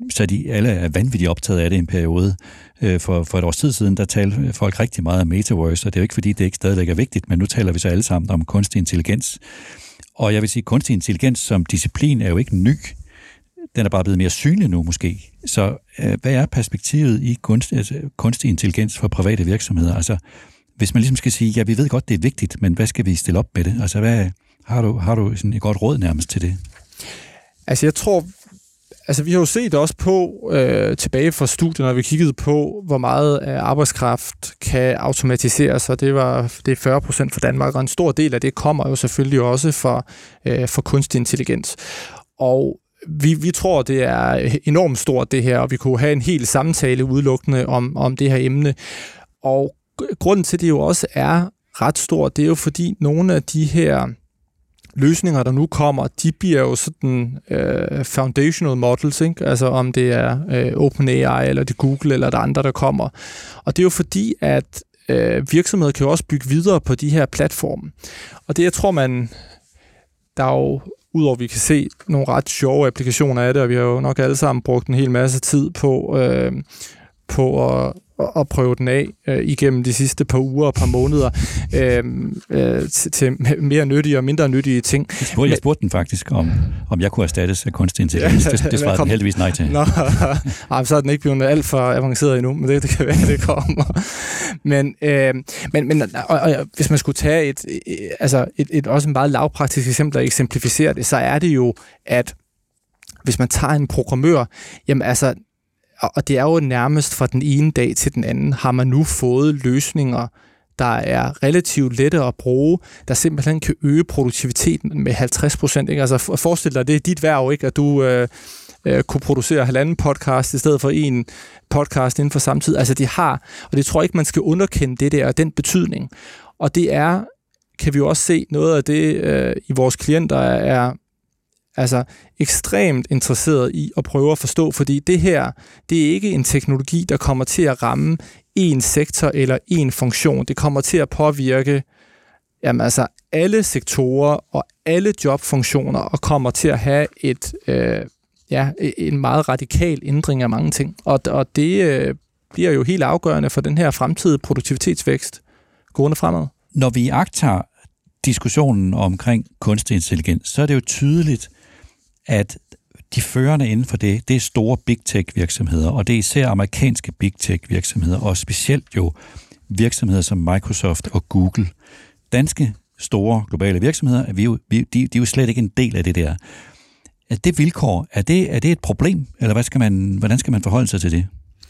så de alle er vanvittigt optaget af det i en periode. For et års tid siden, der talte folk rigtig meget om metaverse, og det er jo ikke fordi, det ikke stadigvæk er vigtigt, men nu taler vi så alle sammen om kunstig intelligens. Og jeg vil sige, at kunstig intelligens som disciplin er jo ikke ny. Den er bare blevet mere synlig nu måske. Så hvad er perspektivet i kunstig intelligens for private virksomheder? Altså, hvis man ligesom skal sige, ja, vi ved godt, det er vigtigt, men hvad skal vi stille op med det? Altså, har du sådan et godt råd nærmest til det? Altså, jeg tror, vi har jo set også på, tilbage fra studiet, når vi kiggede på, hvor meget arbejdskraft kan automatiseres, og det er 40% for Danmark, og en stor del af det kommer jo selvfølgelig også for kunstig intelligens. Og vi tror, det er enormt stort det her, og vi kunne have en hel samtale udelukkende om det her emne. Og grunden til, det jo også er ret stort, det er jo fordi nogle af de her løsninger, der nu kommer, de bliver jo sådan foundational models, ikke? Altså om det er OpenAI, eller det Google, eller der andre, der kommer. Og det er jo fordi, at virksomheder kan jo også bygge videre på de her platforme. Og det, jeg tror, der er jo, udover vi kan se nogle ret sjove applikationer af det, og vi har jo nok alle sammen brugt en hel masse tid på at prøve den af igennem de sidste par uger og par måneder til mere nyttige og mindre nyttige ting. Jeg spurgte den faktisk, om jeg kunne erstattes af kunstig intelligens. Det svarede den heldigvis nej til. Nå, så er den ikke blevet alt for avanceret endnu, men det kan være, det kommer. Men hvis man skulle tage et også en meget lavpraktisk eksempel og eksemplificere det, så er det jo, at hvis man tager en programmør, jamen altså, og det er jo nærmest fra den ene dag til den anden, har man nu fået løsninger, der er relativt lette at bruge, der simpelthen kan øge produktiviteten med 50%. Ikke? Altså forestil dig, det er dit værv, ikke? At du kunne producere 1,5 podcast i stedet for en podcast inden for samme tid. Altså de har, og det tror jeg ikke, man skal underkende det der, den betydning. Og det er, kan vi jo også se, noget af det i vores klienter er altså ekstremt interesseret i at prøve at forstå, fordi det her, det er ikke en teknologi, der kommer til at ramme en sektor eller en funktion. Det kommer til at påvirke alle sektorer og alle jobfunktioner, og kommer til at have en meget radikal ændring af mange ting. Og det bliver jo helt afgørende for den her fremtidige produktivitetsvækst gående fremad. Når vi agter diskussionen omkring kunstig intelligens, så er det jo tydeligt, at de førende inden for det er store big tech virksomheder, og det er især amerikanske big tech virksomheder, og specielt jo virksomheder som Microsoft og Google. Danske store globale virksomheder, de er jo slet ikke en del af det der. Er det vilkår, er det et problem, eller hvordan skal man forholde sig til det?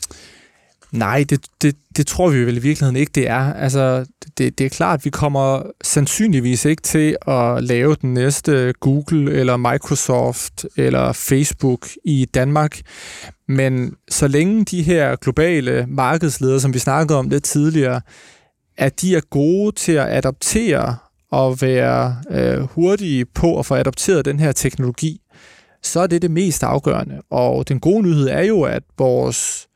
Nej, det tror vi vel i virkeligheden ikke, det er. Altså, det er klart, at vi kommer sandsynligvis ikke til at lave den næste Google eller Microsoft eller Facebook i Danmark. Men så længe de her globale markedsledere, som vi snakkede om lidt tidligere, at de er gode til at adoptere og være hurtige på at få adopteret den her teknologi, så er det mest afgørende. Og den gode nyhed er jo, at vores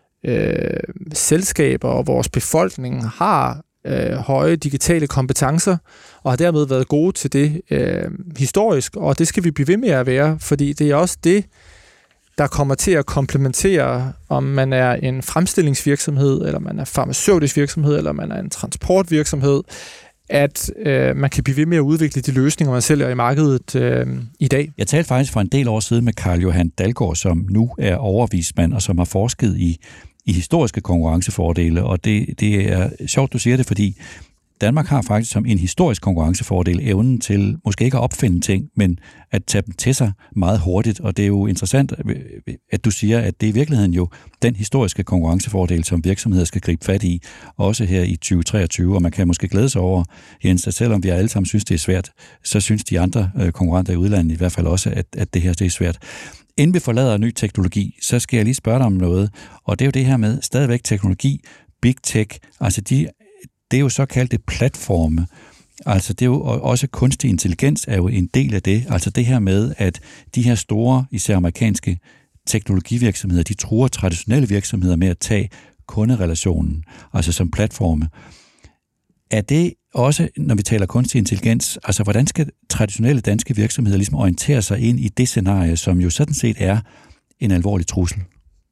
selskaber og vores befolkning har høje digitale kompetencer, og har dermed været gode til det historisk, og det skal vi blive ved med at være, fordi det er også det, der kommer til at komplementere, om man er en fremstillingsvirksomhed, eller man er farmaceutisk virksomhed, eller man er en transportvirksomhed, at man kan blive ved med at udvikle de løsninger, man sælger i markedet i dag. Jeg talte faktisk for en del år siden med Carl Johan Dalgaard, som nu er overvismand, og som har forsket i historiske konkurrencefordele, og det er sjovt, du siger det, fordi Danmark har faktisk som en historisk konkurrencefordel evnen til måske ikke at opfinde ting, men at tage dem til sig meget hurtigt, og det er jo interessant, at du siger, at det er i virkeligheden jo den historiske konkurrencefordel, som virksomheder skal gribe fat i, også her i 2023, og man kan måske glæde sig over, Jens, at selvom vi alle sammen synes, det er svært, så synes de andre konkurrenter i udlandet i hvert fald også, at det her det er svært. Inden vi forlader ny teknologi, så skal jeg lige spørge dig om noget, og det er jo det her med stadigvæk teknologi, big tech, altså det er jo såkaldte platforme. Altså det er jo også kunstig intelligens er jo en del af det. Altså det her med, at de her store, især amerikanske teknologivirksomheder, de truer traditionelle virksomheder med at tage kunderelationen, altså som platforme. Er det også, når vi taler kunstig intelligens, altså hvordan skal traditionelle danske virksomheder ligesom orientere sig ind i det scenarie, som jo sådan set er en alvorlig trussel?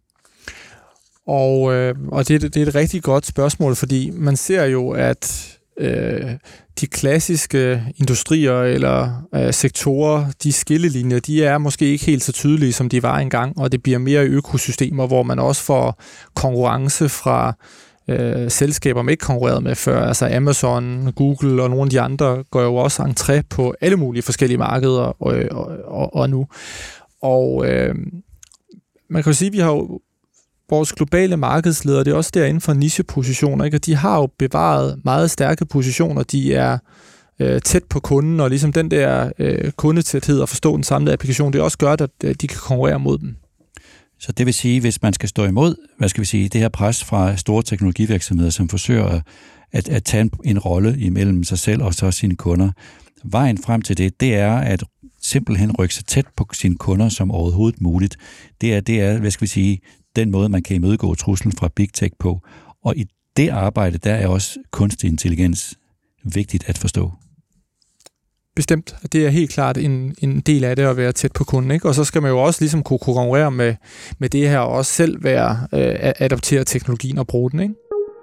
Og det er et rigtig godt spørgsmål, fordi man ser jo, at de klassiske industrier eller sektorer, de skillelinjer, de er måske ikke helt så tydelige, som de var engang, og det bliver mere økosystemer, hvor man også får konkurrence fra selskaber, man ikke konkurrerede med før. Altså Amazon, Google og nogle af de andre går jo også entré på alle mulige forskellige markeder og nu. Og man kan jo sige, at vi har jo vores globale markedsledere, det er også derinde for nichepositioner, ikke? Og de har jo bevaret meget stærke positioner. De er tæt på kunden, og ligesom den der kundetæthed og forstå den samlede applikation, det også gør, at de kan konkurrere mod dem. Så det vil sige, hvis man skal stå imod, det her pres fra store teknologivirksomheder, som forsøger at tage en rolle imellem sig selv og så sine kunder, vejen frem til det er at simpelthen rykke sig tæt på sine kunder som overhovedet muligt. Det er, den måde, man kan imødegå truslen fra Big Tech på. Og i det arbejde, der er også kunstig intelligens vigtigt at forstå. Bestemt. Det er helt klart en del af det at være tæt på kunden, ikke? Og så skal man jo også ligesom kunne konkurrere med det her, og også selv være adaptere teknologien og bruge den, ikke?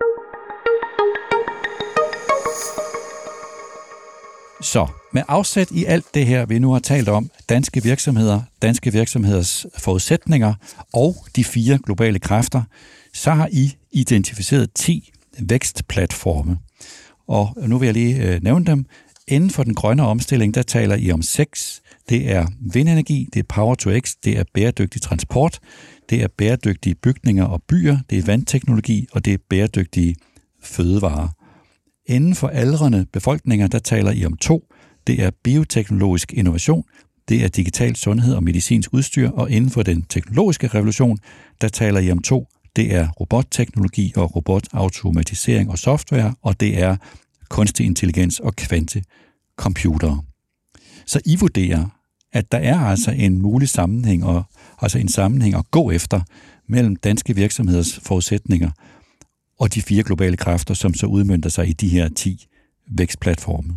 Så med afsæt i alt det her, vi nu har talt om, danske virksomheders forudsætninger og de 4 globale kræfter, så har I identificeret 10 vækstplatforme. Og nu vil jeg lige nævne dem. Inden for den grønne omstilling, der taler I om 6. Det er vindenergi, det er Power to X, det er bæredygtig transport, det er bæredygtige bygninger og byer, det er vandteknologi, og det er bæredygtige fødevarer. Inden for aldrende befolkninger, der taler I om 2. Det er bioteknologisk innovation, det er digital sundhed og medicinsk udstyr, og inden for den teknologiske revolution, der taler I om 2. Det er robotteknologi og robotautomatisering og software, og det er kunstig intelligens og kvantecomputere. Så I vurderer, at der er altså en mulig sammenhæng, en sammenhæng at gå efter mellem danske virksomheders forudsætninger og de 4 globale kræfter, som så udmønter sig i de her 10 vækstplatforme.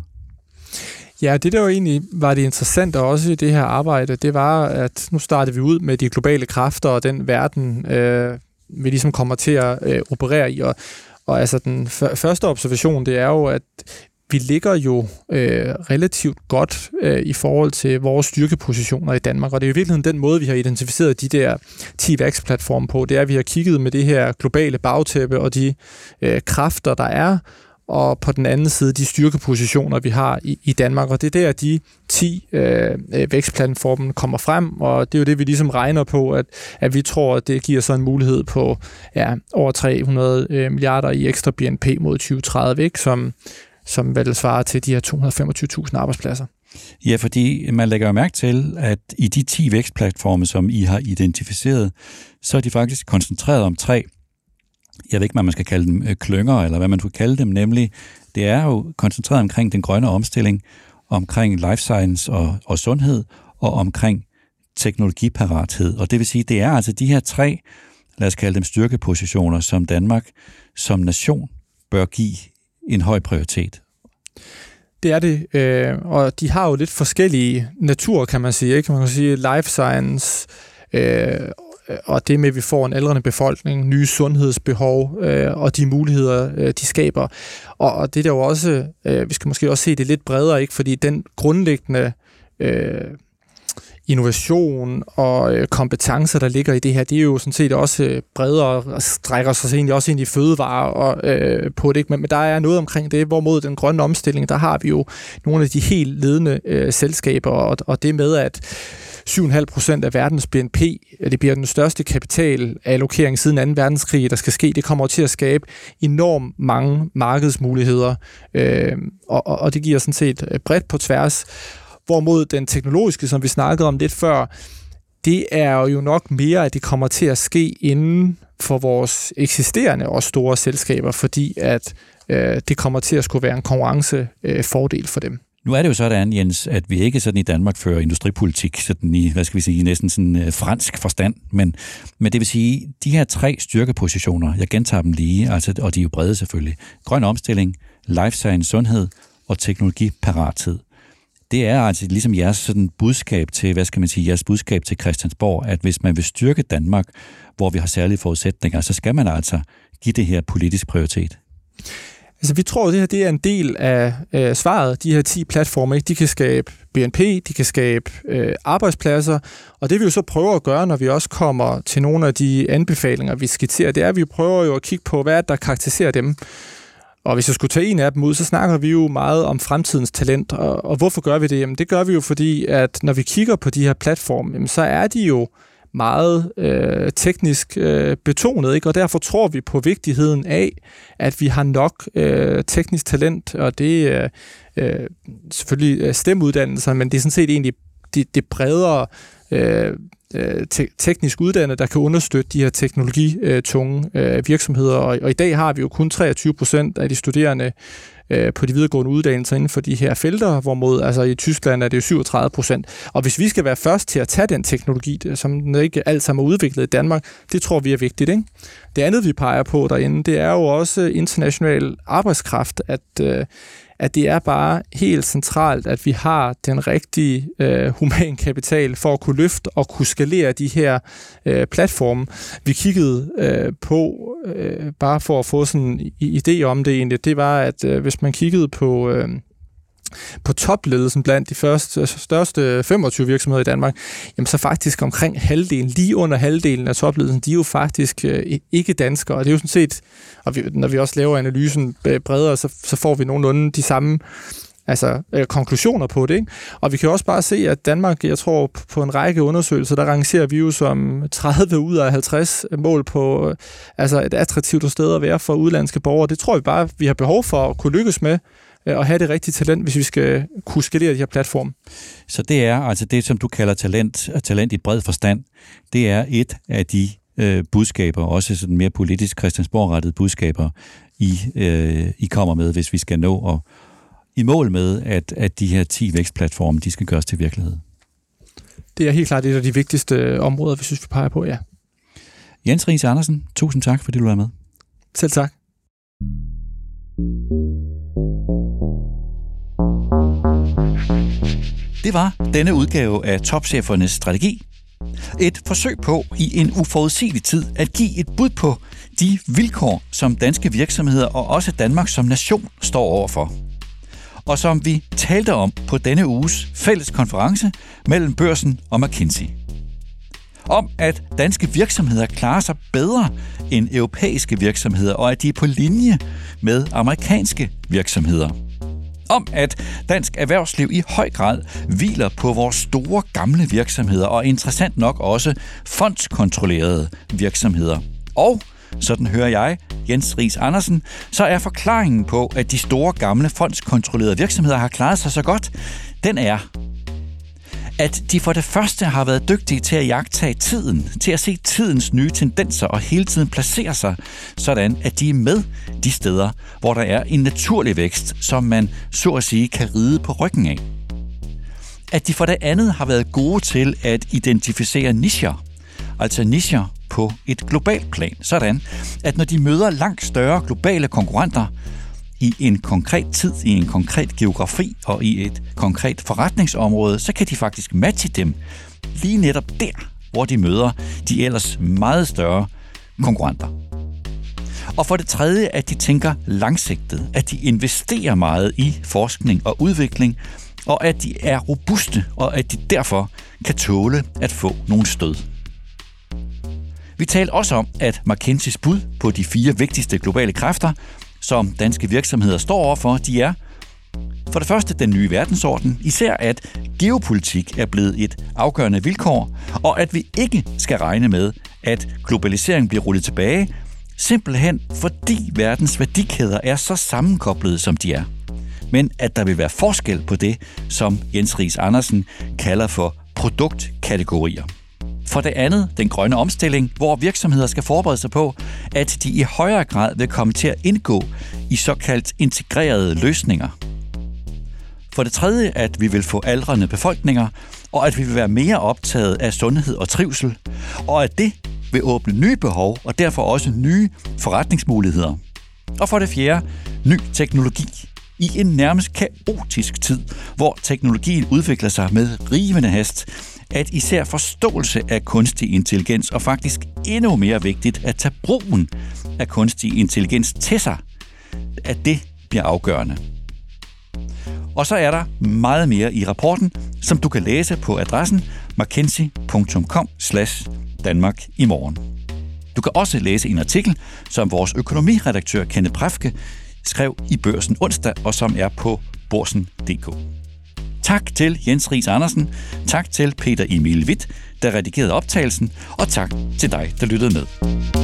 Ja, det der jo egentlig var det interessante også i det her arbejde, det var, at nu startede vi ud med de globale kræfter og den verden, vi ligesom kommer til at operere i. Og altså den første observation, det er jo, at vi ligger jo relativt godt i forhold til vores styrkepositioner i Danmark, og det er jo i virkeligheden den måde, vi har identificeret de der 10 vækstplatforme på, det er, at vi har kigget med det her globale bagtæppe og de kræfter, der er, og på den anden side de styrkepositioner, vi har i Danmark, og det er der, de 10 vækstplatformen kommer frem, og det er jo det, vi ligesom regner på, at vi tror, at det giver så en mulighed på over 300 milliarder i ekstra BNP mod 2030, ikke? Som vel svarer til de her 225.000 arbejdspladser. Ja, fordi man lægger mærke til, at i de 10 vækstplatforme, som I har identificeret, så er de faktisk koncentreret om 3. Jeg ved ikke, hvad man skal kalde dem klynger, eller hvad man skulle kalde dem, nemlig det er jo koncentreret omkring den grønne omstilling, omkring life science og sundhed, og omkring teknologiparathed. Og det vil sige, det er altså de her 3, lad os kalde dem styrkepositioner, som Danmark som nation bør give en høj prioritet. Det er det, og de har jo lidt forskellige natur, kan man sige. Ikke? Man kan sige life science, og det med, at vi får en aldrende befolkning, nye sundhedsbehov, og de muligheder, de skaber. Og det er jo også, vi skal måske også se det lidt bredere, ikke? Fordi den grundlæggende innovation og kompetencer, der ligger i det her, det er jo sådan set også bredere og strækker sig egentlig også ind i fødevarer og på det. Men der er noget omkring det, hvorimod den grønne omstilling, der har vi jo nogle af de helt ledende selskaber, og det med, at 7,5% af verdens BNP, det bliver den største kapitalallokering siden 2. verdenskrig, der skal ske, det kommer til at skabe enormt mange markedsmuligheder, og det giver sådan set bredt på tværs. Hvorimod den teknologiske, som vi snakkede om lidt før, det er jo nok mere, at det kommer til at ske inden for vores eksisterende og store selskaber, fordi at det kommer til at skulle være en konkurrencefordel for dem. Nu er det jo sådan, Jens, at vi ikke sådan i Danmark fører industripolitik sådan i, næsten sådan fransk forstand, men det vil sige, de her 3 styrkepositioner, jeg gentager dem lige, altså, og de er jo brede selvfølgelig, grøn omstilling, life science, sundhed og teknologiparathed. Det er altså ligesom jeres sådan budskab til, jeres budskab til Christiansborg, at hvis man vil styrke Danmark, hvor vi har særlige forudsætninger, så skal man altså give det her politisk prioritet. Altså, vi tror, at det her det er en del af svaret. De her 10 platforme, ikke? De kan skabe BNP, de kan skabe arbejdspladser, og det vi jo så prøver at gøre, når vi også kommer til nogle af de anbefalinger, vi skitserer, det er, at vi prøver jo at kigge på, hvad der karakteriserer dem. Og hvis jeg skulle tage en af dem ud, så snakker vi jo meget om fremtidens talent. Og hvorfor gør vi det? Jamen, det gør vi jo, fordi at når vi kigger på de her platforme, jamen, så er de jo meget teknisk betonet, ikke? Og derfor tror vi på vigtigheden af, at vi har nok teknisk talent, og det er selvfølgelig STEM-uddannelser, men det er sådan set egentlig det bredere teknisk uddannede, der kan understøtte de her teknologitunge virksomheder. Og i dag har vi jo kun 23% af de studerende på de videregående uddannelser inden for de her felter, hvorimod altså i Tyskland er det jo 37%. Og hvis vi skal være først til at tage den teknologi, som den ikke alt sammen er udviklet i Danmark, det tror vi er vigtigt, ikke? Det andet, vi peger på derinde, det er jo også international arbejdskraft, at det er bare helt centralt, at vi har den rigtige humankapital for at kunne løfte og kunne skalere de her platforme. Vi kiggede på, bare for at få sådan en idé om det egentlig, det var, at hvis man kiggede på topledelsen blandt de største 25 virksomheder i Danmark, jamen så faktisk omkring halvdelen, lige under halvdelen af topledelsen, de er jo faktisk ikke danskere, og det er jo sådan set, og når vi også laver analysen bredere, så får vi nogenlunde de samme konklusioner på det, ikke? Og vi kan også bare se, at Danmark, jeg tror på en række undersøgelser, der rangerer vi jo som 30 ud af 50 mål på et attraktivt sted at være for udenlandske borgere. Det tror vi bare, vi har behov for at kunne lykkes med, og have det rigtige talent, hvis vi skal kunne skalere de her platforme. Så det er altså det, som du kalder talent i bred forstand, det er et af de budskaber, også sådan mere politisk Christiansborg-rettede budskaber, I kommer med, hvis vi skal nå og i mål med, at de her 10 vækstplatforme, de skal gøres til virkelighed. Det er helt klart et af de vigtigste områder, vi synes, vi peger på, ja. Jens Riis Andersen, tusind tak, fordi du var med. Selv tak. Det var denne udgave af Topchefernes Strategi. Et forsøg på i en uforudsigelig tid at give et bud på de vilkår, som danske virksomheder og også Danmark som nation står overfor. Og som vi talte om på denne uges fælles konference mellem Børsen og McKinsey. Om at danske virksomheder klarer sig bedre end europæiske virksomheder, og at de er på linje med amerikanske virksomheder. Om at dansk erhvervsliv i høj grad hviler på vores store gamle virksomheder, og interessant nok også fondskontrollerede virksomheder. Og sådan hører jeg, Jens Riis Andersen, så er forklaringen på, at de store gamle fondskontrollerede virksomheder har klaret sig så godt, den er, at de for det første har været dygtige til at iagttage tiden, til at se tidens nye tendenser og hele tiden placere sig, sådan at de er med de steder, hvor der er en naturlig vækst, som man så at sige kan ride på ryggen af. At de for det andet har været gode til at identificere nicher, altså nicher på et globalt plan, sådan at når de møder langt større globale konkurrenter i en konkret tid, i en konkret geografi og i et konkret forretningsområde, så kan de faktisk matche dem lige netop der, hvor de møder de ellers meget større konkurrenter. Og for det tredje, at de tænker langsigtet, at de investerer meget i forskning og udvikling, og at de er robuste, og at de derfor kan tåle at få nogle stød. Vi talte også om, at McKinseys bud på de 4 vigtigste globale kræfter, som danske virksomheder står overfor, de er for det første den nye verdensorden, især at geopolitik er blevet et afgørende vilkår, og at vi ikke skal regne med, at globalisering bliver rullet tilbage, simpelthen fordi verdens værdikæder er så sammenkoblede, som de er. Men at der vil være forskel på det, som Jens Riis Andersen kalder for produktkategorier. For det andet, den grønne omstilling, hvor virksomheder skal forberede sig på, at de i højere grad vil komme til at indgå i såkaldt integrerede løsninger. For det tredje, at vi vil få aldrende befolkninger, og at vi vil være mere optaget af sundhed og trivsel, og at det vil åbne nye behov og derfor også nye forretningsmuligheder. Og for det fjerde, ny teknologi. i en nærmest kaotisk tid, hvor teknologien udvikler sig med rivende hast, at især forståelse af kunstig intelligens, og faktisk endnu mere vigtigt, at tage brugen af kunstig intelligens til sig, at det bliver afgørende. Og så er der meget mere i rapporten, som du kan læse på adressen mckinsey.com/Danmark i morgen. Du kan også læse en artikel, som vores økonomiredaktør Kenneth Præfke skrev i Børsen onsdag, og som er på Borsen.dk. Tak til Jens Riis Andersen, tak til Peter Emil Witt, der redigerede optagelsen, og tak til dig, der lyttede med.